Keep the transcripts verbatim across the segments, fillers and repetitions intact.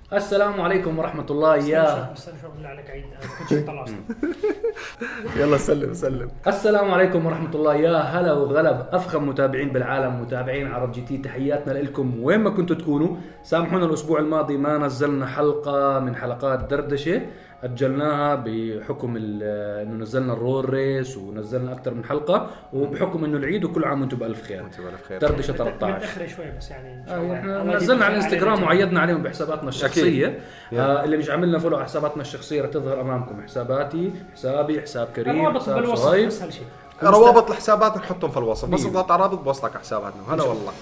السلام عليكم ورحمة الله. يا استنى شو بالله عليك عيد كنت طلع اصلا. يلا سلم سلم. السلام عليكم ورحمة الله. يا هلا وغلب أفخم متابعين بالعالم، متابعين عرب جي تي، تحياتنا لكم وين ما كنتوا تكونوا. سامحونا الأسبوع الماضي ما نزلنا حلقة من حلقات دردشة، أجلناها بحكم إنه نزلنا الرول ريس ونزلنا أكثر من حلقة، وبحكم إنه العيد وكل عام وأنتم بألف خير. دردشة ثلاثة عشر متأخر شوي بس يعني آه احنا نزلنا على الانستغرام وعيدنا عليهم بحساباتنا الشخصية. آه اللي مش عاملنا فولو على حساباتنا الشخصية رح تظهر أمامكم، حساباتي، حسابي، حساب كريم، حساب صهيب. روابط الحسابات نحطهم في الوصف، بس اضغط على رابط بوصلك حساباتنا. هلا والله.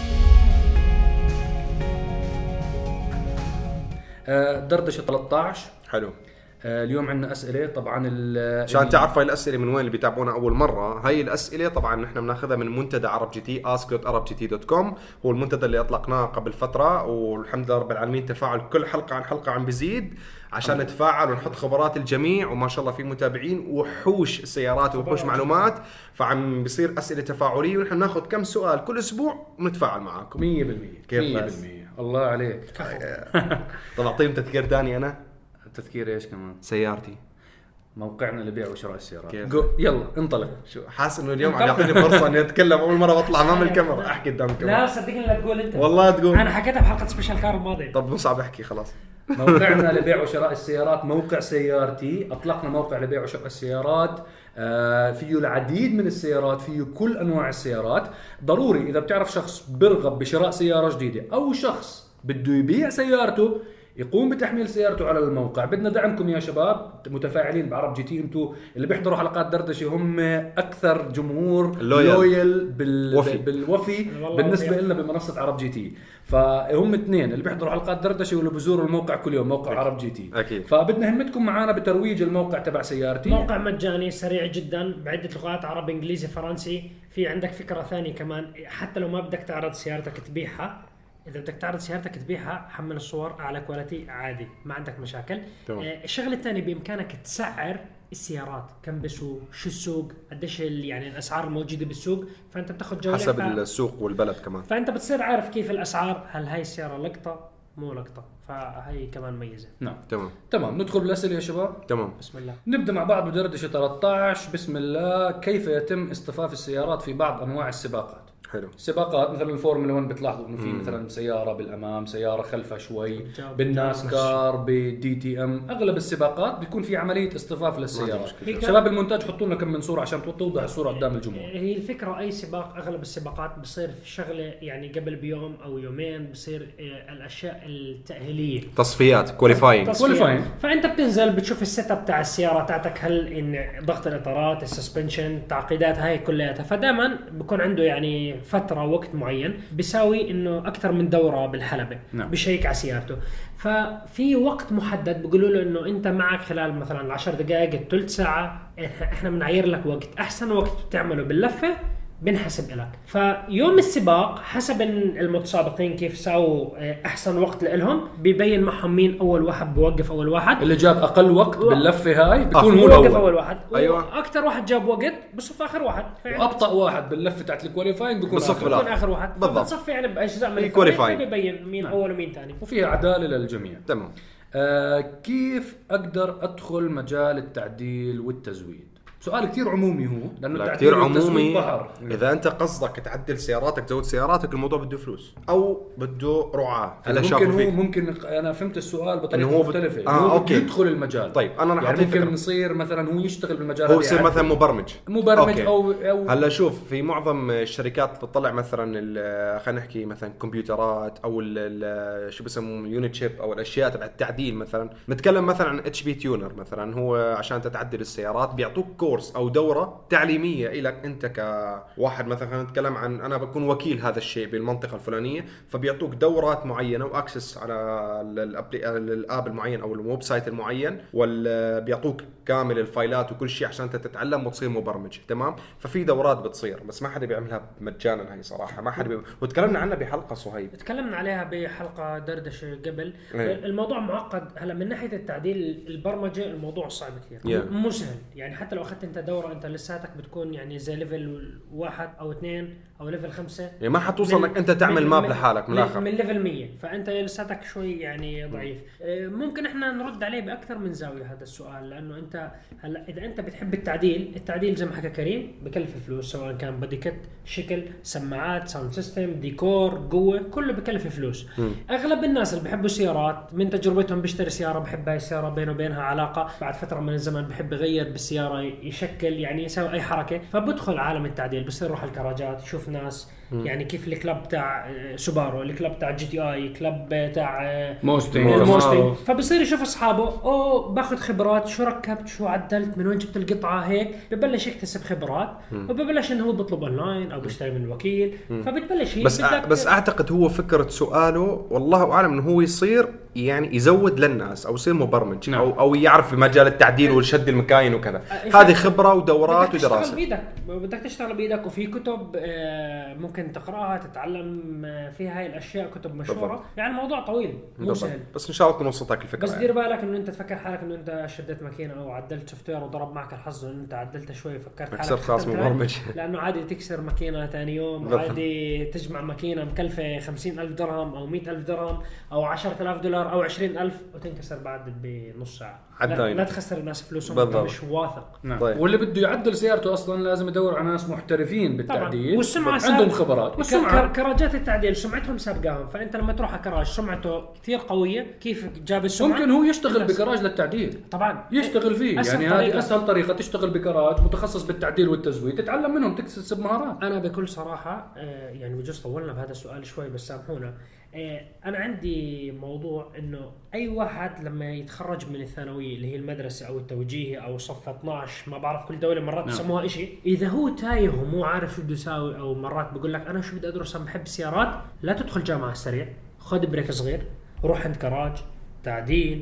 آه دردشة ثلاثة عشر. حلو. آه اليوم عندنا أسئلة طبعا. عشان تعرفوا الأسئلة من وين اللي بيتابعونا أول مرة. هاي الأسئلة طبعا نحن بناخذها من منتدى عرب جي تي ask dot arab g t dot com. هو المنتدى اللي أطلقناه قبل فترة، والحمد لله رب العالمين تفاعل كل حلقة عن حلقة عم بيزيد، عشان نتفاعل ونحط خبرات الجميع، وما شاء الله في متابعين وحوش السيارات وحوش معلومات، فعم بيصير أسئلة تفاعلية، ونحن ناخذ كم سؤال كل أسبوع ونتفاعل معاكم. مية بالمية كيف مية بالمية. الله عليك. طب أعطيهم تذكير ثاني. أنا تذكير إيش كمان؟ سيارتي، موقعنا لبيع وشراء السيارات. يلا انطلق. شو حاسس انه اليوم عم يعطيني فرصه اني اتكلم اول مره بطلع امام الكاميرا احكي قدام الكاميرا. لا صدقني لا تقول انت. والله تقول. انا حكيتها بحلقه سبيشال كار الماضيه. طب مو صعب احكي خلاص. موقعنا لبيع وشراء السيارات موقع سيارتي. اطلقنا موقع لبيع وشراء السيارات، آه فيه العديد من السيارات، فيه كل انواع السيارات. ضروري اذا بتعرف شخص برغب بشراء سياره جديده او شخص بده يبيع سيارته يقوم بتحميل سيارته على الموقع. بدنا دعمكم يا شباب متفاعلين بعرب جي تي. انتم اللي بيحضروا حلقات دردشه هم اكثر جمهور لويال بال... بالوفي بالنسبه لنا بمنصه عرب جي تي. فهم اثنين اللي بيحضروا حلقات دردشه واللي بيزوروا الموقع كل يوم، موقع عرب جي تي. أكيد. فبدنا همتكم معنا بترويج الموقع تبع سيارتي. موقع مجاني سريع جدا بعده لغات، عربي انجليزي فرنسي. في عندك فكره ثانيه كمان، حتى لو ما بدك تعرض سيارتك تبيعها، إذا بدك تعرض سيارتك تبيعها حمل الصور على كواليتي عادي، ما عندك مشاكل. آه الشغله الثانيه بإمكانك تسعر السيارات، كم بسوق، شو السوق، قديش يعني الأسعار الموجودة بالسوق، فأنت بتاخذ جولة حسب ف... السوق والبلد كمان، فأنت بتصير عارف كيف الأسعار، هل هاي السيارة لقطة مو لقطة، فهي كمان ميزة. نعم تمام تمام. ندخل بالأسئلة يا شباب. تمام بسم الله. نبدأ مع بعض بدردشة ثلاثة عشر. بسم الله. كيف يتم اصطفاف السيارات في بعض أنواع السباقات؟ حلو. سباقات مثلا الفورمولا واحد بتلاحظوا انه في مثلا سياره بالامام، سياره خلفها شوي. بالناسكار، بالدي تي ام، اغلب السباقات بيكون في عمليه اصطفاف للسيارات. شباب المونتاج حطوا لنا كم من صوره عشان توضح الصوره قدام الجمهور. هي الفكره اي سباق، اغلب السباقات بصير في شغله يعني قبل بيوم او يومين بصير الاشياء التاهيليه، تصفيات، كواليفاينج. فانت بتنزل بتشوف السيت اب تاع السياره تاعتك، هل ان ضغط الاطارات، السسبنشن، التعقيدات هاي كلها. فدائما بكون عنده يعني فترة وقت معين بيساوي انه اكثر من دورة بالحلبة. نعم. بشيك على سيارته، ففي وقت محدد بيقولوا له انه انت معك خلال مثلا عشر دقائق، الثلث ساعة، احنا بنعير لك وقت، احسن وقت بتعمله باللفة بنحسب لك. فيوم السباق حسب المتسابقين كيف ساووا احسن وقت لهم، بيبين معهم مين اول واحد بيوقف. اول واحد اللي جاب اقل وقت و... باللفه هاي بيكون هو الاول. اول واحد. ايوه. اكثر واحد جاب وقت بصف اخر واحد. وابطا واحد باللفه تاعت الكواليفاينج بيكون اخر, بيكون اخر واحد. بتصفي يعني باجزاء من الكواليفاينج، بيبين مين اول ومين ثاني، وفي عداله للجميع. تمام. آه كيف اقدر ادخل مجال التعديل والتزويد؟ سؤال كتير عمومي هو، لأنه كتير عمومي. إذا أنت قصدك تعدل سياراتك، تزود سياراتك، الموضوع بده فلوس أو بده رعاة. هلا ممكن هو ممكن أنا فهمت السؤال بطريقة مختلفة. آه هو أوكي. يدخل المجال. طيب أنا راح يعني ممكن نصير مثلا هو يشتغل بالمجال، هو يصير مثلا مبرمج مبرمج أو, أو هلا شوف، في معظم الشركات بتطلع مثلا خلينا نحكي مثلا كمبيوترات أو شو بسموه اليونت شيب أو الأشياء تبع التعديل. مثلا نتكلم مثلا عن اتش بي تيونر مثلا، هو عشان تتعدل السيارات بيعطوك كورس أو دورة تعليمية إلك أنت كواحد. مثلا خلينا نتكلم عن أنا بكون وكيل هذا الشيء بالمنطقة الفلانية، فبيعطوك دورات معينة وأكسس على الآب المعين أو الويب سايت المعين، وبيعطوك كامل الفايلات وكل شيء عشان أنت تتعلم وتصير مبرمج. تمام. ففي دورات بتصير بس ما حدا بيعملها مجانا، هاي صراحة ما حدا بي... وتكلمنا عنها بحلقة صهيب، تكلمنا عليها بحلقة دردشة قبل. ايه. الموضوع معقد. هلا من ناحية التعديل البرمجة الموضوع صعب كثير. yeah. مو سهل يعني، حتى لو أخذت انت دوره انت لساتك بتكون يعني زي ليفل واحد او اثنين او ليفل خمسة يعني ما حتوصل انك انت تعمل ماب لحالك من الاخر من ليفل مية، فانت لساتك شوي يعني ضعيف. ممكن احنا نرد عليه باكثر من زاويه هذا السؤال، لانه انت هلا اذا انت بتحب التعديل، التعديل زي ما حكى كريم بكلف فلوس، سواء كان بودي كت، شكل، سماعات، ساوند سيستم، ديكور، قوه، كله بكلف فلوس. م. اغلب الناس اللي بيحبوا سيارات من تجربتهم بيشتري سياره بحب هاي السياره، بينه وبينها علاقه، بعد فتره من الزمن بحب يغير بالسياره، يشكل يعني يسوي اي حركه، فبدخل عالم التعديل، بصير يروح الكراجات يشوف ناس م. يعني كيف الكلاب بتاع سوبارو، الكلاب بتاع جي تي اي، كلاب بتاع موستنج، فبصير يشوف اصحابه او باخذ خبرات، شو ركبت، شو عدلت، من وين جبت القطعه، هيك ببلش يكتسب خبرات م. وببلش انه هو بيطلب اونلاين او بيشتري من الوكيل، فبتبلش بس أ... بس اعتقد هو فكره سؤاله والله اعلم انه هو يصير يعني يزود للناس او يصير مبرمج نعم. او او يعرف في مجال التعديل والشد المكاين وكذا، هذه خبره ودورات بدك ودراسه. تشتغل بايدك، بدك تشتغل بايدك، وفي كتب ممكن تقراها تتعلم فيها هاي الاشياء، كتب مشهوره بالضبط. يعني الموضوع طويل مو سهل، بس ان شاء الله تكون وصلتك الفكره. بس دير بالك انه انت تفكر حالك انه انت شديت ماكينه او عدلت سوفت وير وضرب معك الحظ انه انت عدلتها شوي، فكرت حالك خلاص مبرمج، لانه عادي تكسر ماكينه ثاني يوم، عادي تجمع ماكينه مكلفه خمسين ألف درهم او مئة ألف درهم او عشرة آلاف دولار او عشرين ألف وتنكسر بعد بنص ساعه. لا, لا تخسر الناس فلوسهم، انت مش واثق. نعم. طيب. واللي بده يعدل سيارته اصلا لازم يدور على ناس محترفين بالتعديل والسمعه عندهم خبرات، والسمعه كراجات التعديل سمعتهم سابقاهم، فانت لما تروح على كراج سمعته كثير قويه، كيف جاب السمعه؟ ممكن هو يشتغل بكراج للتعديل طبعا يشتغل فيه، يعني هذه اسهل طريقه، تشتغل بكراج متخصص بالتعديل والتزويد، تتعلم منهم تكتسب مهارات. انا بكل صراحه يعني بجوز طولنا بهذا السؤال شوي بس سامحونا، أنا عندي موضوع إنه أي واحد لما يتخرج من الثانوية اللي هي المدرسة أو التوجيهي أو صف اثناشر، ما بعرف كل دولة مرات بسموها إشي، إذا هو تايه ومو عارف شو بده يساوي أو مرات بقول لك أنا شو بدي أدرس، أنا بحب السيارات، لا تدخل جامعة سريع، خد بريك صغير، روح عند كراج تعديل،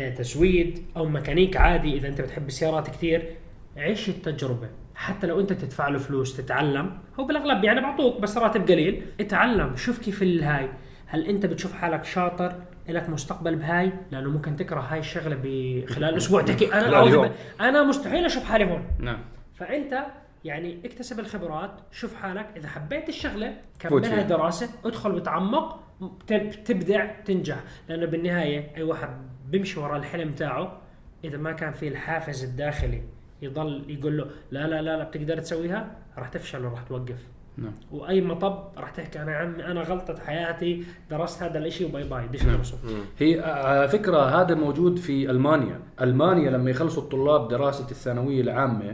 تسويد أو ميكانيك عادي. إذا أنت بتحب السيارات كتير عيش التجربة، حتى لو أنت تدفع له فلوس تتعلم، هو بالأغلب يعني بعطوك بس راتب قليل، اتعلم، شوف كيف الهاي، هل انت بتشوف حالك شاطر لك مستقبل بهاي؟ لانه ممكن تكره هاي الشغله بخلال اسبوع تكي انا انا مستحيل اشوف حالي هون. نعم. فانت يعني اكتسب الخبرات، شوف حالك، اذا حبيت الشغله كملها دراسه، ادخل بتعمق، تبدع، تنجح، لانه بالنهايه اي واحد بيمشي وراء الحلم تاعه اذا ما كان فيه الحافز الداخلي يضل يقول له لا لا لا, لا بتقدر تسويها، راح تفشل وراح توقف. نعم. واي مطب راح تحكي انا عمي انا غلطه حياتي، درست هذا الاشي وباي باي ديش درسه. هي على فكره هذا موجود في المانيا. المانيا لما يخلصوا الطلاب دراسه الثانويه العامه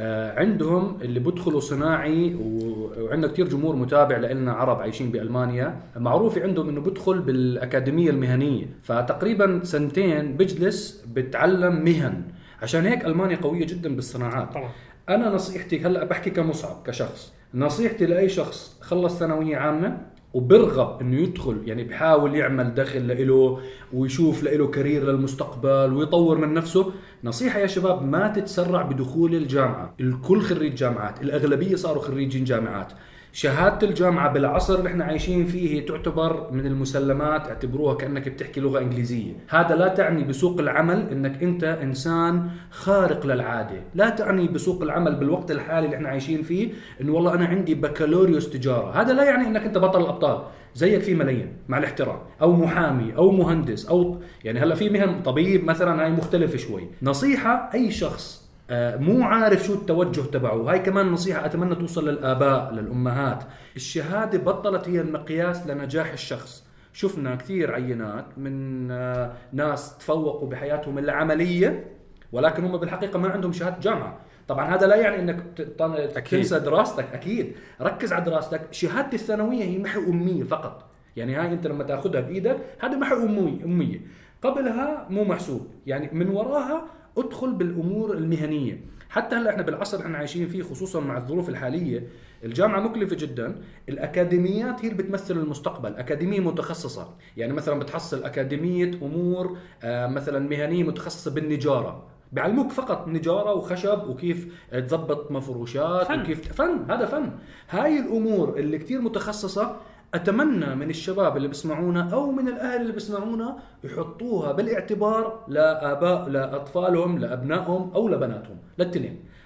عندهم اللي بدخلوا صناعي، وعندنا كتير جمهور متابع لنا عرب عايشين بألمانيا، معروف عندهم انه بدخل بالأكاديمية المهنية، فتقريبا سنتين بجلس بتعلم مهن. عشان هيك ألمانيا قوية جدا بالصناعات. طبعا. انا نصيحتي هلا بحكي كمصعب كشخص، نصيحتي لاي شخص خلص ثانويه عامه وبرغب انه يدخل، يعني بحاول يعمل دخل له ويشوف له كارير للمستقبل ويطور من نفسه، نصيحه يا شباب ما تتسرع بدخول الجامعه. الكل خريج جامعات، الاغلبيه صاروا خريجين جامعات. شهادة الجامعة بالعصر اللي احنا عايشين فيه تعتبر من المسلمات، اعتبروها كأنك بتحكي لغة انجليزية. هذا لا تعني بسوق العمل انك انت انسان خارق للعادة، لا تعني بسوق العمل بالوقت الحالي اللي احنا عايشين فيه انه والله انا عندي بكالوريوس تجارة، هذا لا يعني انك انت بطل الابطال، زيك في ملايين مع الاحترام، او محامي او مهندس، او يعني هلا في مهن طبيب مثلا هاي مختلف شوي. نصيحة اي شخص مو عارف شو التوجه تبعه، هاي كمان نصيحة أتمنى توصل للآباء للأمهات، الشهادة بطلت هي المقياس لنجاح الشخص. شفنا كثير عينات من ناس تفوقوا بحياتهم العملية ولكن هم بالحقيقة ما عندهم شهادة جامعة. طبعا هذا لا يعني انك تنسى دراستك، اكيد ركز على دراستك. شهادة الثانوية هي محو أمية فقط، يعني هاي انت لما تاخذها بإيدك هذا محو أمية أمية، قبلها مو محسوب، يعني من وراها ادخل بالامور المهنيه. حتى هلا احنا بالعصر اللي احنا عايشين فيه خصوصا مع الظروف الحاليه الجامعه مكلفه جدا، الاكاديميات هي اللي بتمثل المستقبل، اكاديميه متخصصه، يعني مثلا بتحصل اكاديميه امور آه مثلا مهنيه متخصصه بالنجاره، بيعلموك فقط نجاره وخشب وكيف تضبط مفروشات فن. وكيف فن، هذا فن. هاي الامور اللي كتير متخصصه أتمنى من الشباب اللي بيسمعونا أو من الأهل اللي بيسمعونا يحطوها بالاعتبار لآباء لأطفالهم لأبنائهم أو لبناتهم للتنين.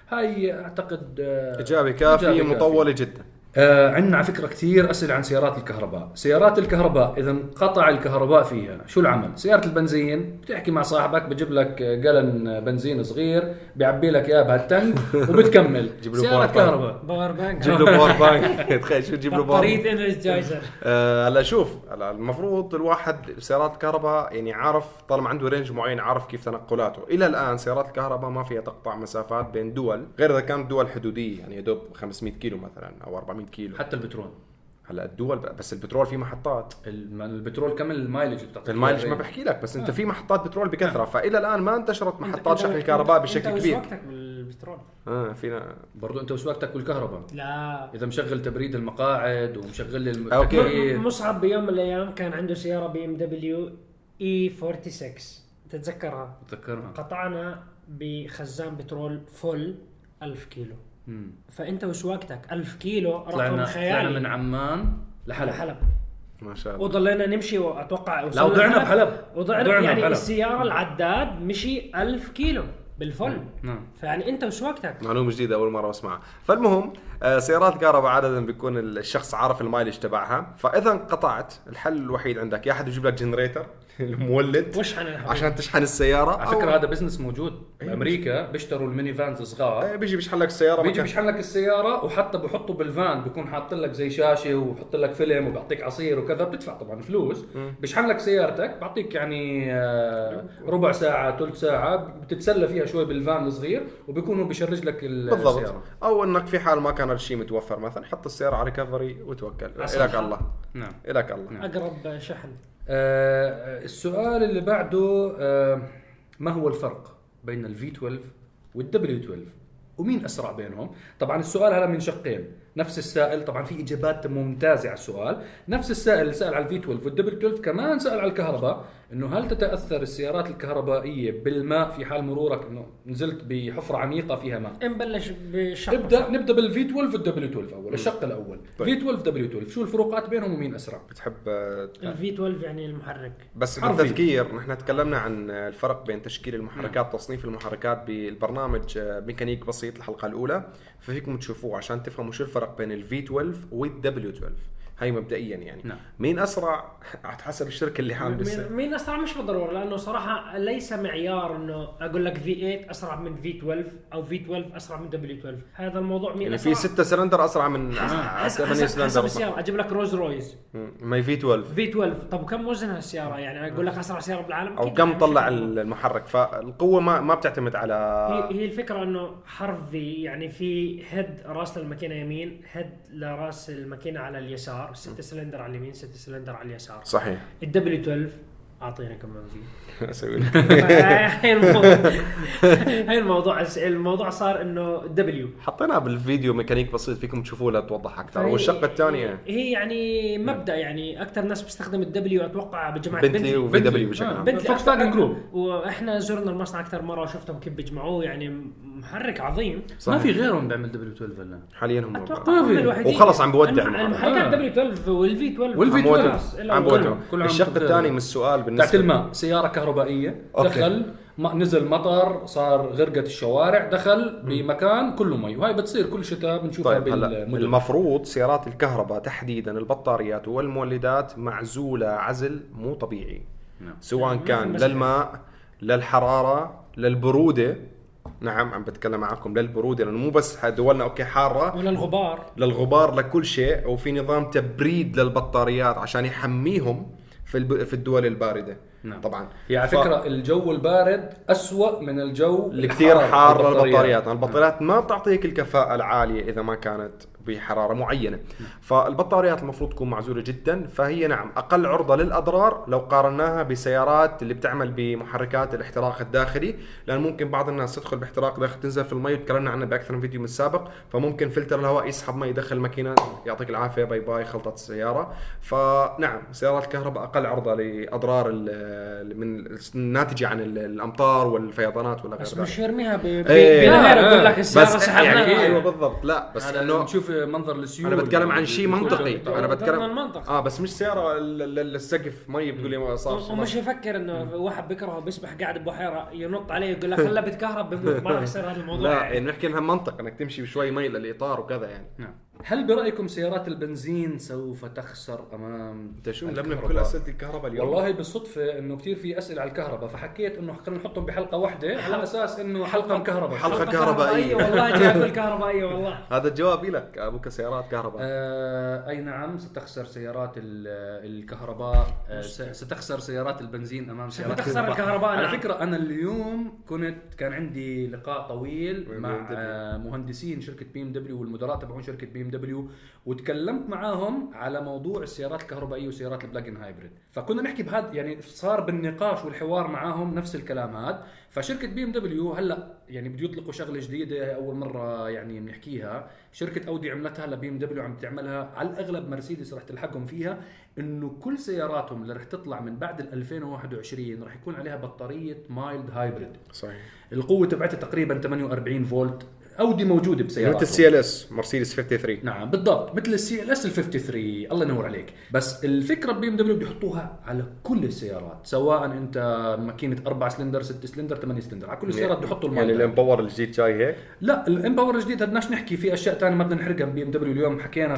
هاي اعتقد آه، ايجابي كافي إيجابي مطوله جدا. آه عندنا على فكرة كثير أسئلة عن سيارات الكهرباء. سيارات الكهرباء إذا انقطع الكهرباء فيها شو العمل؟ سيارة البنزين بتحكي مع صاحبك بجيب لك جالن بنزين صغير بيعبي لك إياه بهالتنك وبتكمل. سيارة كهرباء باور بانك جيب له باور بانك. تخيل شو تجيب له باور طريقة انرجايزر. هلا شوف هلا المفروض الواحد سيارات الكهرباء يعني عارف طالما عنده رينج معين عارف كيف تنقلاته. الى الان سيارات الكهرباء ما فيها تقطع مسافات بين دول غير اذا كانت دول حدوديه يعني يدوب خمسمية كيلو مثلا او أربعمية كيلو. حتى البترول هلا الدول بس البترول في محطات الم- البترول كم المايلج بتاعته؟ المايلج ما بحكي لك بس انت في محطات بترول بكثره. فالى الان ما انتشرت محطات شحن الكهرباء بشكل انت كبير. وقتك بالبترول. اه فينا برضو انت وسواقتك والكهرباء لا اذا مشغل تبريد المقاعد ومشغل أوكي. التكييف. مصعب بيوم من الايام كان عنده سياره بي ام دبليو اي ستة وأربعين تتذكرها؟ تذكرها. قطعنا بخزان بترول فل ألف كيلو. مم. فانت وسواقتك ألف كيلو رقم طلعنا طلعنا خيالي من عمان لحلب. لحلب ما شاء الله. وضلينا نمشي واتوقع لا وصلنا وضعنا لحلب. بحلب وضعنا ضعنا يعني بحلب. السياره العداد مشي ألف كيلو بالفل. نعم. فيعني انت وسواقتك معلومة جديدة أول مرة أسمعها. فالمهم آه، سيارات الكهرباء عادة بيكون الشخص عارف المايلج تبعها. فإذا انقطعت الحل الوحيد عندك يا أحد يجيب لك جنريتر المولد وشحن الحبيب. عشان تشحن السيارة. على فكره هذا بزنس موجود بامريكا. بيشتروا الميني فانز صغار آه، بيجي بيشحن لك السيارة بيجي مكان. بيشحن لك السياره وحتى بحطه بالفان بيكون حاط لك زي شاشه وبحط لك فيلم وبيعطيك عصير وكذا. بتدفع طبعا فلوس. بيشحن لك سيارتك بعطيك يعني آه، ربع ساعه ثلث ساعه بتتسلى فيها شوي بالفان الصغير وبيكونوا بيشرج لك بالضبط. السياره. أو إنك في حال ما كان الشيء متوفر مثلا حط السيارة على ريكفري وتوكل. إلك الله. نعم. إلك الله. اقرب شحن. آه السؤال اللي بعده آه ما هو الفرق بين الفي اثنا عشر والدبليو اثنا عشر ومين أسرع بينهم؟ طبعا السؤال هذا من شقين. نفس السائل طبعا في إجابات ممتازة على السؤال. نفس السائل اللي سأل على الفي اثنا عشر والدبليو اثنا عشر كمان سأل على الكهرباء إنه هل تتأثر السيارات الكهربائية بالماء في حال مرورك إنه نزلت بحفرة عميقة فيها ماء؟ نبلش بالشق. نبدأ نبدأ بالفي اثنا عشر والدبليو اثنا عشر أول. الشق الأول في اثنا عشر دبليو اثنا عشر شو الفروقات بينهم ومين أسرع؟ بتحب آه، الفي اثنا عشر يعني المحرك. بس حرفي. بالتذكير نحن تكلمنا عن الفرق بين تشكيل المحركات تصنيف المحركات بالبرنامج ميكانيك بسيط الحلقة الأولى. ففيكم تشوفوه عشان تفهموا شو الفرق بين الفي اثنا عشر والدبليو اثنا عشر. هاي مبدئيا يعني نعم. مين أسرع على حسب الشركة اللي حامل مين, السيارة. مين اسرع مش بالضروره لانه صراحه ليس معيار انه اقول لك في ثمانية اسرع من في اثنا عشر او في اثنا عشر اسرع من دبليو اثنا عشر. هذا الموضوع مين يعني اسرع في ستة سلندر أسرع من حسب, ثمانية حسب, حسب سلندر. السياره. اجيب لك روز رويز ما في اثنا عشر في اثنا عشر. طب وكم وزنها السياره؟ يعني اقول لك اسرع سياره بالعالم أو أكيد كم يعني طلع مش- المحرك. فالقوة ما ما بتعتمد على هي هي الفكره انه حرف في يعني في هيد راس للماكينه يمين هيد لراس الماكينه على اليسار ستة سلندر على اليمين ستة سلندر على اليسار. صحيح. الدبليو اثنا عشر اعطينا كمان في أسوي لك. هاي الموضوع هاي الموضوع الموضوع صار انه دبليو حطيناها بالفيديو ميكانيك بسيط فيكم تشوفوه لتوضح أكثر. والشقة الثانية هي يعني مبدا يعني اكثر ناس بتستخدم الدبليو اتوقع بجماعه بنتلي وفي دبليو بشكل عام. بنتلي فولكس فاجن جروب. واحنا زرنا المصنع اكثر مره وشفتهم كيف بيجمعوه يعني محرك عظيم. ما في غيرهم بيعمل دبليو اثنا عشر ولا؟ حاليا هم اتوقع ما هم في. الوحيدين. وخلص عم بودع المح- المحرك. المحركات آه. دبليو اثنا عشر والفي اثنا عشر والفي عم بودع. خلاص، إلا عم كله- بودع. كله عم الشق بت- الثاني من السؤال تحت بالنسبة الماء سيارة كهربائية أوكي. دخل ما نزل مطر صار غرقت الشوارع دخل بمكان كله مي وهاي بتصير كل شتاء بنشوفها طيب هلا بالمدن. المفروض سيارات الكهرباء تحديدا البطاريات والمولدات معزولة عزل مو طبيعي. نعم. سواء ما في كان مشكلة. للماء للحرارة للبرودة. نعم عم بتكلم معكم للبرودة لأنه مو بس دولنا أوكي حارة ولا الغبار. للغبار لكل شيء. وفي نظام تبريد للبطاريات عشان يحميهم في الب... في الدول الباردة. نعم. طبعا هي على ف- فكرة الجو البارد أسوأ من الجو اللي كثير حار البطاريات. للبطاريات. البطاريات ما بتعطيك الكفاءة العالية إذا ما كانت بحرارة معينة. فالبطاريات المفروض تكون معزولة جدا. فهي نعم أقل عرضة للأضرار لو قارناها بسيارات اللي بتعمل بمحركات الاحتراق الداخلي. لأن ممكن بعض الناس تدخل باحتراق داخل تنزل في المي وتكلمنا عنه بأكثر من فيديو من السابق. فممكن فلتر الهواء يسحب مي يدخل الماكينة يعطيك العافية باي باي خلطت السيارة. فنعم سيارات الكهرباء أقل عرضة لأضرار ال- من الناتجه عن الامطار والفيضانات ولا غير بس ذلك. مش يرميها ب إيه. بنهار آه. يقول لك السياره بس سحبناها. يعني إيه. ايوه بالضبط. لا بس انه نشوف منظر السيول. انا بتكلم عن شيء منطقي. انا بتكلم المنطق. اه بس مش سياره السقف مي بتقول لي صار ومش يفكر انه واحد بكره بيسبح قاعد ببحيره ينط عليه يقول لك هلا بتكهرب بموت. ما راح يصير هذا الموضوع. لا يعني نحكي انها منطق انك تمشي بشوي مي للاطار وكذا يعني. نعم. هل برأيكم سيارات البنزين سوف تخسر امام انت شو الكهرباء؟ علمنا بكل اسئله الكهرباء اليوم؟ والله بالصدفه انه كثير في اسئله على الكهرباء فحكيت انه خلينا نحطهم بحلقه واحده على اساس انه حلقه كهرباء. حلقة كهربائية. والله جاي اقول كهربائيه والله. هذا الجواب لك ابوك سيارات كهرباء. آه اي نعم ستخسر سيارات الكهرباء. آه ستخسر سيارات البنزين امام سيارات ستخسر الكهرباء. على نعم. فكره انا اليوم كنت كان عندي لقاء طويل مع آه مهندسين شركه بي ام دبليو والمدراء تبعون شركه بي ام دبليو وتكلمت معاهم على موضوع السيارات الكهربائيه وسيارات البلاجن هايبريد. فكنا نحكي بهذا يعني صار بالنقاش والحوار معاهم نفس الكلام هذا. فشركه بي ام دبليو هلا يعني بده يطلقوا شغله جديده اول مره يعني بنحكيها. شركه اودي عملتها لبي ام دبليو عم تعملها على الاغلب مرسيدس رح تلحقهم فيها انه كل سياراتهم اللي رح تطلع من بعد ألفين وواحد وعشرين رح يكون عليها بطاريه مايلد هايبريد. صحيح. القوه تبعتها تقريبا ثمانية وأربعين فولت. اودي موجوده بسيارات مثل السي ال اس مرسيدس خمسة وخمسين. نعم بالضبط مثل السي ال اس ال خمسة وخمسين. الله ينور عليك. بس الفكره بي ام دبليو بده يحطوها على كل السيارات سواء انت ماكينه أربعة سلندر ستة سلندر ثمانية سلندر على كل السيارات بده يحطوا يعني الامباور الجديد جاي هيك. لا الامباور الجديد بدناش نحكي في اشياء ثانيه ما بدنا نحرقها. بي ام دبليو اليوم حكينا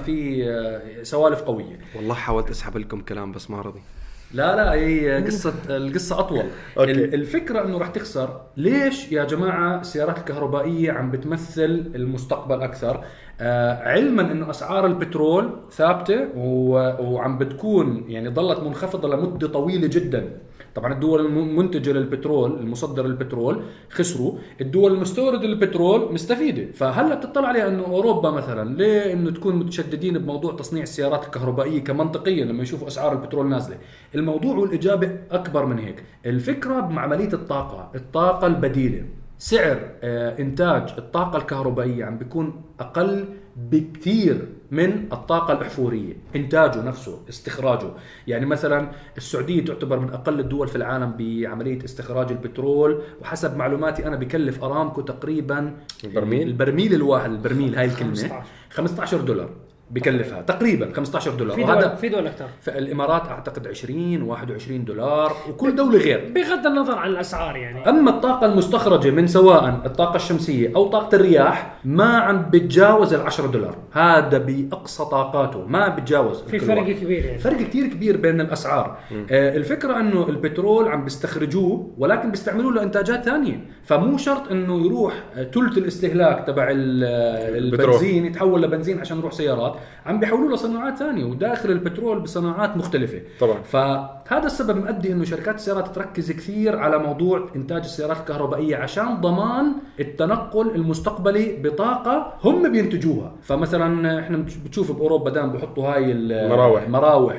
في سوالف قويه. والله حاولت اسحب لكم كلام بس ما رضي. لا لا هي قصة القصة أطول. الفكرة إنه راح تخسر. ليش يا جماعة السيارات الكهربائية عم بتمثل المستقبل أكثر؟ آه علما إنه أسعار البترول ثابتة وعم بتكون يعني ظلت منخفضة لمدة طويلة جدا. طبعا الدول المنتجة للبترول المصدر للبترول خسروا. الدول المستوردة للبترول مستفيدة. فهلا بتطلع عليها انه اوروبا مثلا ليه انه تكون متشددين بموضوع تصنيع السيارات الكهربائية كمنطقيا لما يشوفوا اسعار البترول نازلة. الموضوع والاجابة اكبر من هيك. الفكرة بعملية الطاقة الطاقة البديلة. سعر آه انتاج الطاقة الكهربائية عم بيكون اقل بكتير من الطاقة الأحفورية. إنتاجه نفسه استخراجه يعني مثلا السعودية تعتبر من أقل الدول في العالم بعملية استخراج البترول. وحسب معلوماتي أنا بكلف أرامكو تقريبا البرميل البرميل الواحد البرميل هاي الكلمة خمسة عشر دولار بكلفها تقريبا خمسة عشر دولار. في دول في دول أكثر. في الإمارات أعتقد عشرين واحد وعشرين دولار وكل دولة غير بغض النظر عن الأسعار يعني. أما الطاقة المستخرجة من سواء الطاقة الشمسية أو طاقة الرياح ما عم بتجاوز العشرة دولار. هذا بأقصى طاقاته ما بتجاوز. في فرق كبير يعني. فرق كتير كبير بين الأسعار. آه الفكرة أنه البترول عم بيستخرجوه ولكن بيستعملوه لإنتاجات ثانية. فمو شرط أنه يروح ثلث الاستهلاك تبع البنزين يتحول لبنزين عشان يروح سيارات. عم بيحولوا له صناعات ثانيه وداخل البترول بصناعات مختلفه طبعا. فهذا السبب مؤدي انه شركات السيارات تركز كثير على موضوع انتاج السيارات الكهربائيه عشان ضمان التنقل المستقبلي بطاقه هم بينتجوها. فمثلا احنا بتشوف باوروبا دام بحطوا هاي المراوح مراوح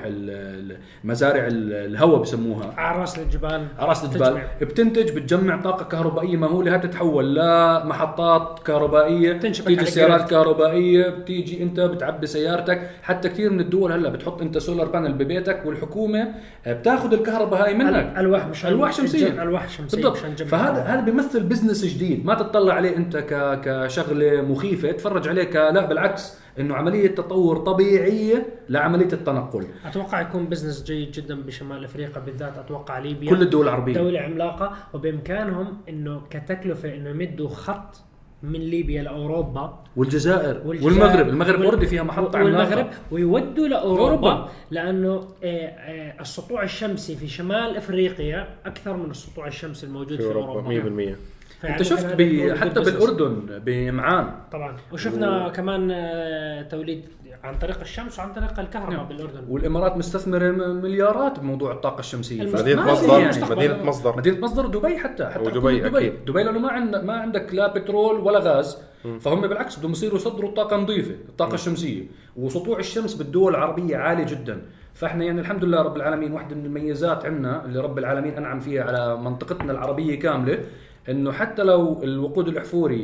مزارع الهواء بسموها عراس الجبال عراس الجبال بتنتج بتجمع طاقه كهربائيه مهوله. هذه تتحول لمحطات كهربائيه تيجي السيارات الكهربائيه بتيجي انت بتعبي سيارتك. حتى كثير من الدول هلا بتحط انت سولار بانل ببيتك والحكومه بتاخذ الكهرباء هاي منك. الواح مش الواح شمسيه الواح شمسيه. فهذا هذا بيمثل بزنس جديد ما تطلع عليه انت ك كشغله مخيفه تفرج عليه. لا بالعكس انه عمليه تطور طبيعيه لعمليه التنقل. اتوقع يكون بزنس جيد جدا بشمال افريقيا بالذات. اتوقع ليبيا كل الدول العربيه دوله عملاقه وبامكانهم انه كتكلفه انه يمدوا خط من ليبيا لاوروبا والجزائر, والجزائر والمغرب. المغرب وردي فيها محطه والمغرب ويودوا لاوروبا أوروبا. لانه السطوع الشمسي في شمال افريقيا اكثر من السطوع الشمسي الموجود في, في اوروبا مية بالمية. انت شفت بي حتى بالاردن بمعان طبعا. وشفنا و... كمان توليد عن طريق الشمس وعن طريق الكهرباء نعم. بالاردن. والامارات مستثمره مليارات بموضوع الطاقه الشمسيه. مدينه مصدر يعني. مدينه مصدر مدينه مصدر دبي حتى حتى دبي دبي دبي لانه ما عندك ما عندك لا بترول ولا غاز. م. فهم بالعكس بدهم يصيروا يصدروا طاقه نظيفه الطاقه م. الشمسيه. وسطوع الشمس بالدول العربيه عالي جدا. فاحنا يعني الحمد لله رب العالمين واحده من المميزات عندنا اللي رب العالمين انعم فيها على منطقتنا العربيه كامله انه حتى لو الوقود الاحفوري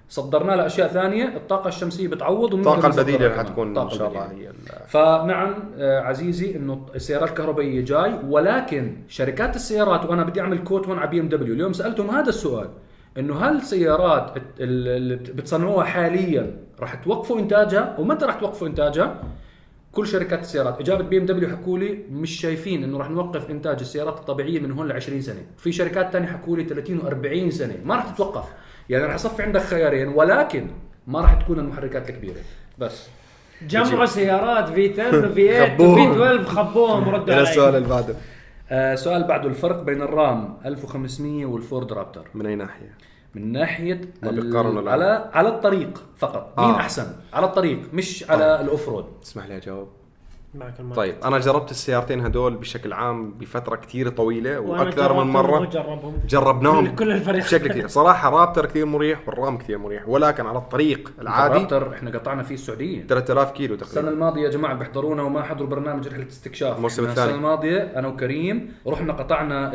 صدرنا له اشياء ثانيه، الطاقه الشمسيه بتعوض، الطاقه البديله رح تكون ان شاء الله هي. فنعم عزيزي انه السيارات الكهربائيه جاي، ولكن شركات السيارات، وانا بدي اعمل كوت هون على بي ام دبليو، اليوم سالتهم هذا السؤال انه هل السيارات اللي بتصنعوها حاليا راح توقفوا انتاجها ومتى راح توقفوا انتاجها؟ كل شركات السيارات اجابه بي ام دبليو حكوا لي مش شايفين انه راح نوقف انتاج السيارات الطبيعيه من هون ل عشرين سنه، في شركات ثانيه حكوا لي ثلاثين وأربعين سنه ما راح تتوقف. يعني راح يصفي عندك خيارين، ولكن ما راح تكون المحركات الكبيره بس. جمعوا سيارات في عشرة وفي ثمانية وفي اثناشر خبوهم وردوا علي. السؤال اللي بعده. آه سؤال بعده، الفرق بين الرام ألف وخمسمية والفورد رابتر من اي ناحيه؟ من ناحيه ال... على على الطريق فقط. آه. مين احسن على الطريق مش على آه. الاوف رود؟ اسمح لي اجاوب. طيب انا جربت السيارتين هدول بشكل عام بفتره كثير طويله واكثر من مره جربناهم كل الفريق بشكل كثير. صراحه رابتر كثير مريح والرام كثير مريح، ولكن على الطريق العادي رابتر احنا قطعنا فيه السعوديه ثلاثة آلاف كيلو تقريبا. السنه الماضيه يا جماعه بيحضرونا وما حضروا برنامج رحله استكشاف الموسم الثاني. السنه الماضيه انا وكريم رحنا قطعنا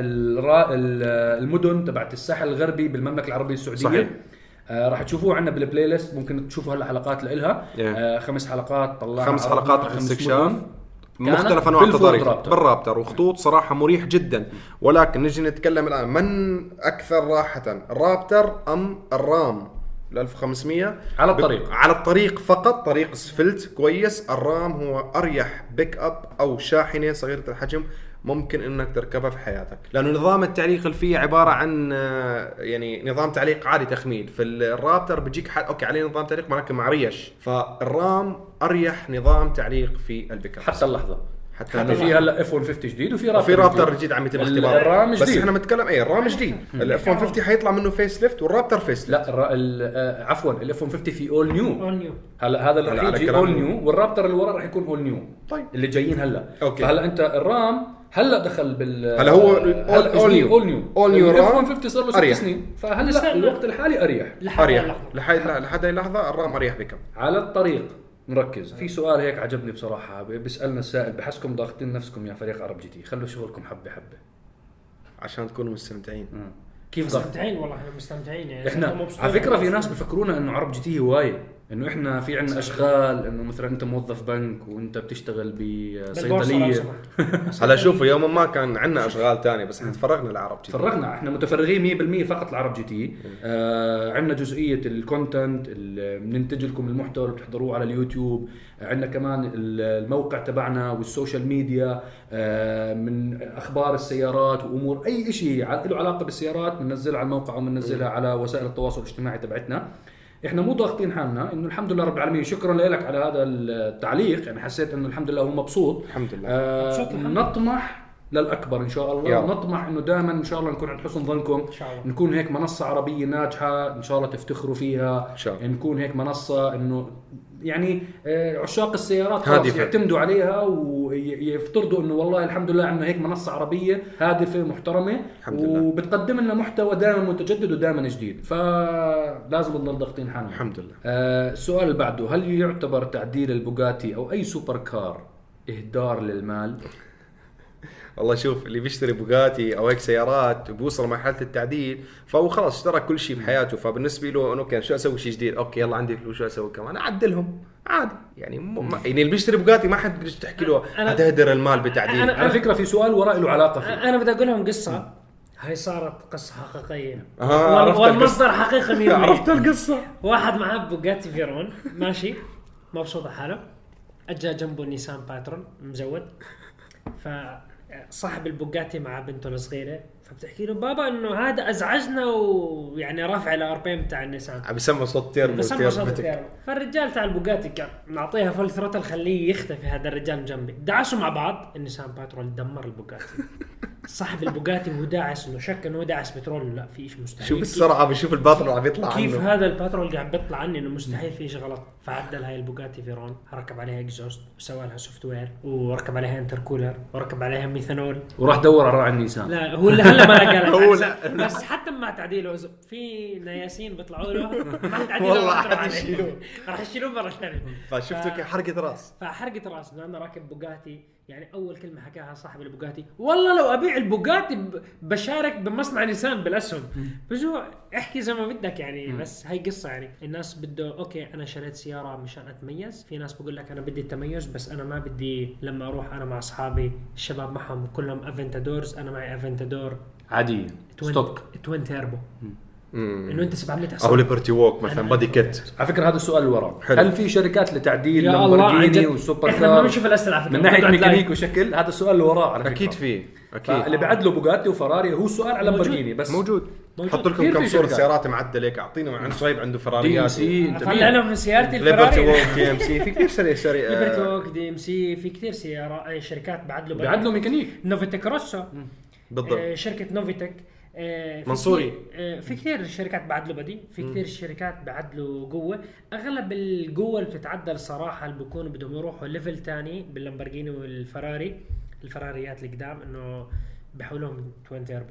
المدن تبعت الساحل الغربي بالمملكه العربيه السعوديه. صحيح. آه راح تشوفوه عندنا بالبلاي ليست، ممكن تشوفوا هلا حلقات لإلها. yeah. آه خمس حلقات طلعنا خمس حلقات استكشاف مختلف انواع التطاريق بالرابتر، وخطوط صراحه مريح جدا. ولكن نجي نتكلم الان من اكثر راحه، الرابتر ام الرام؟ ال ألف وخمسمية على الطريق، على الطريق فقط، طريق اسفلت كويس. الرام هو اريح بيك اب او شاحنه صغيره الحجم ممكن انك تركبها في حياتك، لانه نظام التعليق اللي فيه عباره عن يعني نظام تعليق عادي تخميد. في الرابتر بيجيك حد اوكي عليه نظام تعليق ولكن مع ريش، فالرام اريح نظام تعليق في البيك اب حتى اللحظه. حتى يعني في هلا اف مية وخمسين جديد وفي رابتر وفي رابتر جديد عم يتم اختباره. الرام بس جديد. احنا بنتكلم ايه الرام جديد. الاف مية وخمسين حيطلع منه فيس ليفت والرابتر فيس لا الر... عفوا الاف مية وخمسين في اول نيو. اول نيو هلا هذا اللي راح يجي اول نيو، والرابتر اللي ورا راح يكون اول نيو. طيب اللي جايين هلا. أوكي. فهلا انت الرام هلا دخل بال هلا هو اول نيو اول نيو اول نيو الاف مية وخمسين صار له ست سنين، فهلا الوقت الحالي اريح اريح لحد لحد اللحظه الرام اريح بكم على الطريق. نركز في سؤال هيك عجبني بصراحه، بيسالنا السائل بحسكم ضاغطين نفسكم يا فريق عرب جي تي، خلوا شغلكم حبه حبه عشان تكونوا مستمتعين. م. كيف مستمتعين؟ والله احنا مستمتعين يعني. احنا على فكره في ناس بفكرونا انه عرب جي تي هوايه، انه احنا في عندنا اشغال، انه مثلا انت موظف بنك وانت بتشتغل بصيدليه. هلا شوفوا يوما ما كان عندنا اشغال تانية، بس احنا تفرغنا لعرب جي تي. تفرغنا، احنا متفرغين مية بالمية فقط لعرب جي تي. آه عندنا جزئيه الكونتنت اللي بننتج لكم المحتوى اللي بتحضروه على اليوتيوب، عندنا كمان الموقع تبعنا والسوشيال ميديا، آه من اخبار السيارات وامور اي شيء له علاقه بالسيارات بننزلها على الموقع وبننزلها على وسائل التواصل الاجتماعي تبعتنا. احنا مو ضاغطين حالنا، انه الحمد لله رب العالمين. شكرا لك على هذا التعليق، يعني حسيت انه الحمد لله هو مبسوط. الحمد لله. آه نطمح للاكبر ان شاء الله. يلا. نطمح انه دائما ان شاء الله نكون عند حسن ظنكم، نكون هيك منصه عربيه ناجحه ان شاء الله تفتخروا فيها إن شاء الله. نكون هيك منصه انه يعني عشاق السيارات خلاص يعتمدوا عليها ويفترضوا انه والله الحمد لله عندنا هيك منصه عربيه هادفه محترمه وبتقدم لنا محتوى دائما متجدد ودائما جديد، فلازم نضل ضاغطين حالنا. الحمد لله. آه السؤال اللي بعده، هل يعتبر تعديل البوغاتي او اي سوبر كار اهدار للمال؟ والله شوف، اللي بيشتري بوغاتي او هيك سيارات وبيوصل مرحله التعديل فهو خلاص اشترى كل شيء بحياته، فبالنسبه له انه كان شو اسوي شيء جديد، اوكي يلا عندي فلوس شو اسوي كمان اعدلهم عادي يعني. م... يعني اللي بيشتري بوغاتي ما حد بيجي تحكي له هتهدر المال بتعديل. أنا على فكره في سؤال وراء له علاقه فيه. انا بدي اقول لهم قصه، هاي صارت قصه حقيقيه آه والمصدر حقيقي مية بالمية. عرفت القصه. واحد معاه بوغاتي فيرون ماشي مبسوط حاله، اجى جنبه نيسان باترون مزود، ف صاحب البوغاتي مع بنته الصغيره، فبتحكي له بابا انه هذا ازعجنا ويعني رافع الار بي ام بتاع النيسان، عم يسمع صوت تيربو تيربو. فالرجال تاع البوغاتي كان نعطيها فول ثروتل خليه يختفي هذا الرجال جنبي، دعسوا مع بعض النيسان باترول دمر البوغاتي. صاحب البوغاتي وهو داعس انه شك انه داعس بترول، لا في شيء مستحيل. شوف السرعه بيشوف الباترول عم يطلع عنه، كيف هذا الباترول قاعد بيطلع عني انه مستحيل في شيء غلط. فعدل هاي البوغاتي فيرون، ركب عليها اكزوست وسوى لها سوفت وير وركب عليها انتركولر وركب عليها ميثانول وراح دور على راعي النيسان. لا هو هلا ما قال هو لا. بس حتى مع تعديله في نياسين بيطلعوا له ما تعديله والله راح يشيلوه راح يشيلوه برا الشارع. فشفتوا كيف حرقه راس. فحرقه راس لانه راكب بوغاتي يعني اول كلمه حكاها صاحب البوغاتي والله لو ابيع البوغاتي بشارك بمصنع نيسان بالاسهم. بس هو احكي زي ما بدك يعني. م. بس هاي قصه يعني الناس بده اوكي انا شريت سياره مشان اتميز. في ناس بقول لك انا بدي التميز بس انا ما بدي لما اروح انا مع اصحابي الشباب معهم كلهم افنتادورز انا معي افنتادور عاديه ستوك توين تيربو انه انت سبعمية حصان او ليبرتي ووك مثلا بادي كيت. على فكره هذا السؤال اللي وراه، هل في شركات لتعديل يا لامبورجيني وسوبر احنا ما بنشوف الاسئله على فكره من ناحيه ميكانيك وشكل؟ هذا السؤال اللي وراه على فكره اكيد في اكيد اللي بعدله بوغاتي وفراري هو سؤال على لامبورجيني بس موجود. موجود. حط لكم كم صوره سيارات معدله هيك اعطينا عن شويب عنده فراريات سي انت طلع لهم من سيارتي ليبرتي الفراري ووك دي ام سي في كثير شركات شري ليبرتي ووك دي ام سي في كثير سيارات اي شركات بعدلوا بعدلوا ميكانيك نوفيتك روسو بالضبط آه شركه نوفيتك آه منصوري آه في كثير شركات بعدلوا بدي في كثير شركات بعدلوا قوه. اغلب القوه اللي بتتعدل صراحه اللي بيكونوا بدهم يروحوا ليفل تاني باللامبورجيني والفراري الفراريات اللي قدام انه بحولهم توين تيربو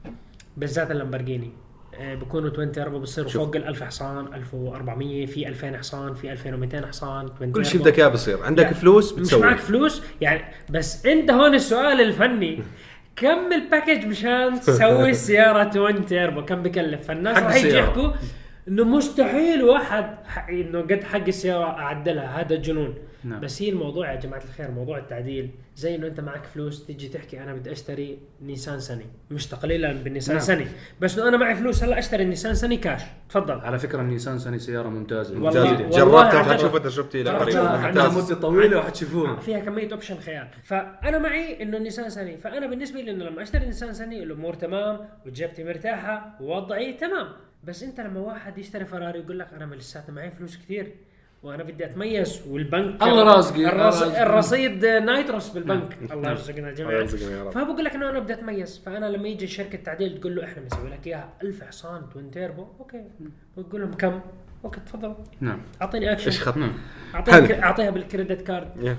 بالذات اللامبورجيني آه بيكونوا توين تيربو بصيروا فوق الألف حصان ألف وأربعمية في ألفين حصان في ألفين ومئتين حصان كل شيء بدك اياه بصير عندك يعني فلوس بتسوي. مش معك فلوس يعني. بس انت هون السؤال الفني كم الباكج مشان تسوي السيارة توين تيربو كم بكلف؟ فالناس راح يجي يحكوا انه مستحيل واحد انه قد حق السيارة اعدلها هذا جنون. نعم. بس هي الموضوع يا جماعة الخير موضوع التعديل زي انه انت معك فلوس تيجي تحكي انا بدي اشتري نيسان سني مش تقليلا بالنيسان نعم. سني بس انه انا معي فلوس هلا اشتري النيسان سني كاش. تفضل. على فكرة النيسان سني سيارة ممتازة ممتازة جربتها وحتشوفوا تجربتي لقريبا ممتازة مدة طويلة وحتشوفوها فيها كمية اوبشن خيال. فانا معي انه النيسان سني فانا بالنسبة لي انه لما اشتري نيسان سني الامور تمام وجبتي مرتاحة ووضعي تمام. بس انت لما واحد يشتري فراري يقول لك انا لساتي معي فلوس كتير وانا بدي اتميز والبنك الله رازقي الرص... الرصيد نايتروس بالبنك الله يرزقنا جميعا. فبقول لك انه انا بدي اتميز. فانا لما يجي شركه تعديل تقول له احنا بنسوي لك اياها ألف حصان توين تيربو اوكي بقول لهم كم اوكي تفضل نعم اعطيني اكشن ايش خدنا اعطيها اعطيها بالكريدت كارد.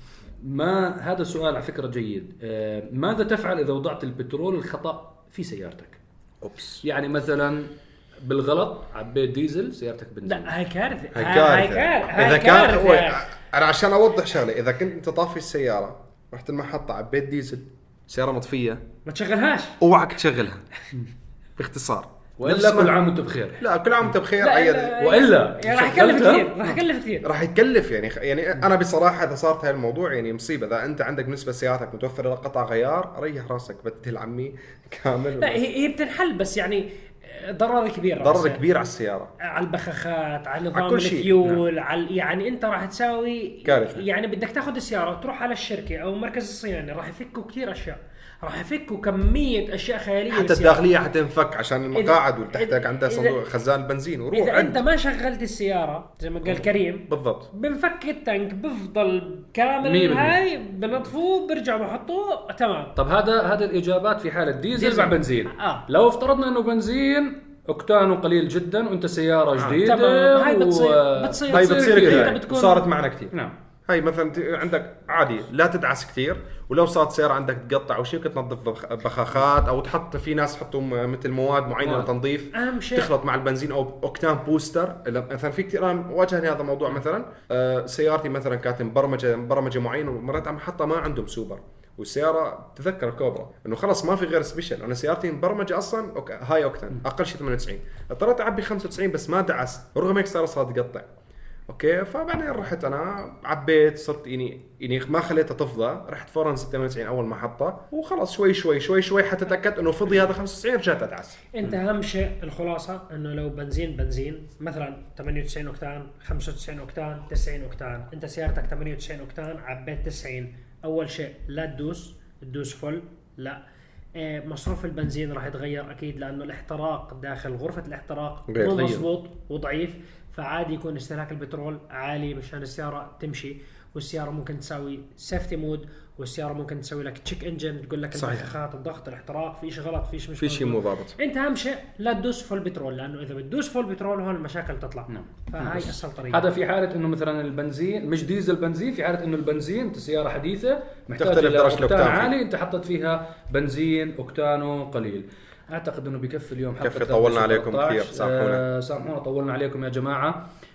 ما هذا سؤال على فكره جيد. آه ماذا تفعل اذا وضعت البترول الخطا في سيارتك؟ اوبس يعني مثلا بالغلط عبيت ديزل سيارتك بنزين. لا هاي كارثه هاي كارثه. اذا كان انا عشان اوضح شغله اذا كنت انت طافي السياره رحت المحطه عبيت ديزل سياره مطفيه ما تشغلهاش اوعك تشغلها باختصار. ولا كل عام وانت بخير. لا كل عام وانت بخير لا والا يعني راح يكلف كثير راح يكلف كثير راح يكلف يعني يعني انا بصراحه اذا صارت هاي الموضوع يعني مصيبه. اذا انت عندك بالنسبه لسيارتك متوفر قطع غيار ريح راسك بدل عمي كامل. لا هي بتنحل بس يعني ضرر كبير ضرر كبير على السياره على البخاخات على نظام الفيول نعم. على يعني انت راح تساوي كارثة. يعني بدك تاخذ السياره وتروح على الشركه او مركز الصيانه راح يفكوا كثير اشياء راح يفكوا كميه اشياء خياليه. حتى الداخليه حتنفك عشان المقاعد واللي تحتاج عندها صندوق خزان البنزين وروح اذا انت ما شغلت السياره زي ما قال كريم بالضبط بنفك التانك بفضل كامل هاي بنطفوه برجع بحطوه تمام. طب هذا هذا الاجابات في حاله ديزل, ديزل. مع بنزين آه. لو افترضنا انه بنزين اوكتانه قليل جدا وانت سياره جديده آه. هاي بتصير بتصير هاي بتصير كثير بتكون... صارت معنا كثير. نعم هاي مثلا عندك عادي لا تدعس كثير ولو صارت سياره عندك تقطع او شيء تنظف بخاخات او تحط في ناس يحطوا مثل مواد معينه للتنظيف تخلط مع البنزين او اوكتان بوستر. مثلا في كثير انا واجهني هذا الموضوع مثلا آه سيارتي مثلا كانت مبرمجه برمجه معينه ومرات عم حطها ما عندهم سوبر والسياره تذكر الكوبرا انه خلص ما في غير سبيشل. انا سيارتي مبرمجه اصلا أوك... هاي اوكتان اقل شيء ثمانية وتسعين اضطريت اعبي خمسة وتسعين بس ما دعس رغم هيك صار صار تقطع اوكي. فبعدين رحت انا عبيت صرت يعني يعني ما خليتها تفضى رحت فورا ثمانية وتسعين اول محطه وخلص شوي شوي شوي شوي حتى اتاكد انه فضي هذا خمسة وتسعين رجعت ادعس. انت اهم شيء الخلاصه انه لو بنزين بنزين مثلا ثمانية وتسعين اوكتان خمسة وتسعين اوكتان تسعين اوكتان انت سيارتك ثمانية وتسعين اوكتان عبيت تسعين اول شيء لا تدوس تدوس فل لا إيه مصروف البنزين راح يتغير اكيد لانه الاحتراق داخل غرفه الاحتراق مو مضبوط وضعيف فعادي يكون استهلاك البترول عالي مشان السياره تمشي. والسياره ممكن تساوي سيفتي مود والسياره ممكن تسوي لك تشيك انجن تقول لك البخاخات الضغط الاحتراق في شيء غلط في شيء مش في شيء مو ضابط. انت اهم شيء لا تدوس فول بترول لانه اذا بتدوس فول بترول هون المشاكل تطلع. نعم. فهاي اسهل طريقه. هذا في حاله انه مثلا البنزين مش ديزل بنزين في حاله انه البنزين انت سياره حديثه محتاجه درجه اوكتان عالي انت حطت فيها بنزين اوكتانه قليل. اعتقد انه بكفي اليوم حلقه طولنا عليكم كثير سامحونا آه سامحونا طولنا عليكم يا جماعه.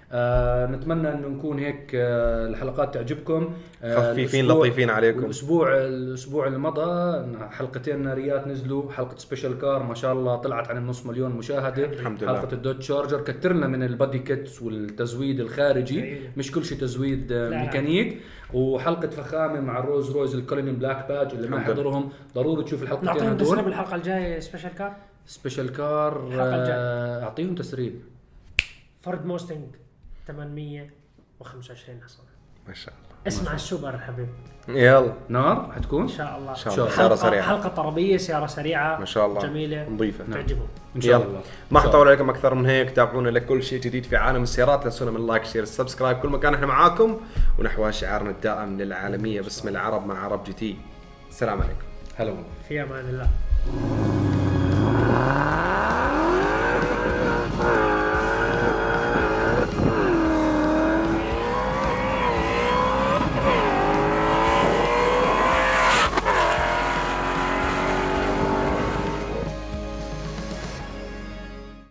آه نتمنى انه نكون هيك آه الحلقات تعجبكم، آه خفيفين لطيفين عليكم. الاسبوع الاسبوع اللي مضى حلقتين ناريات نزلوا، حلقه سبيشال كار ما شاء الله طلعت عن النص مليون مشاهده، الحمد لله. حلقه الدوت شارجر كترنا من البادي كيتس والتزويد الخارجي، مش كل شيء تزويد ميكانيك، وحلقه فخامه مع الروز رويز الكولين بلاك باج اللي ما حضرهم ضروري تشوف الحلقتين هذول. هذول. تسريب الحلقه الجايه سبيشال كار سبيشال كار آه اعطيهم تسريب. فورد موستنج ثمانمية وخمسة وعشرين حصان ما شاء الله. اسمع السوبر حبيب. يلا نار حتكون ان شاء الله. ان شاء الله. حلقة, سيارة سريعة. حلقه طربيه، سياره سريعه ما شاء الله جميله نظيفه تعجبهم ان شاء الله. ما حطول عليكم اكثر من هيك. تابعونا لكل شيء جديد في عالم السيارات، لا تنسونا من لايك شير سبسكرايب كل مكان احنا معاكم، ونحو شعارنا الدائم للعالميه باسم العرب مع عرب جي تي. السلام عليكم. هلا في امان الله.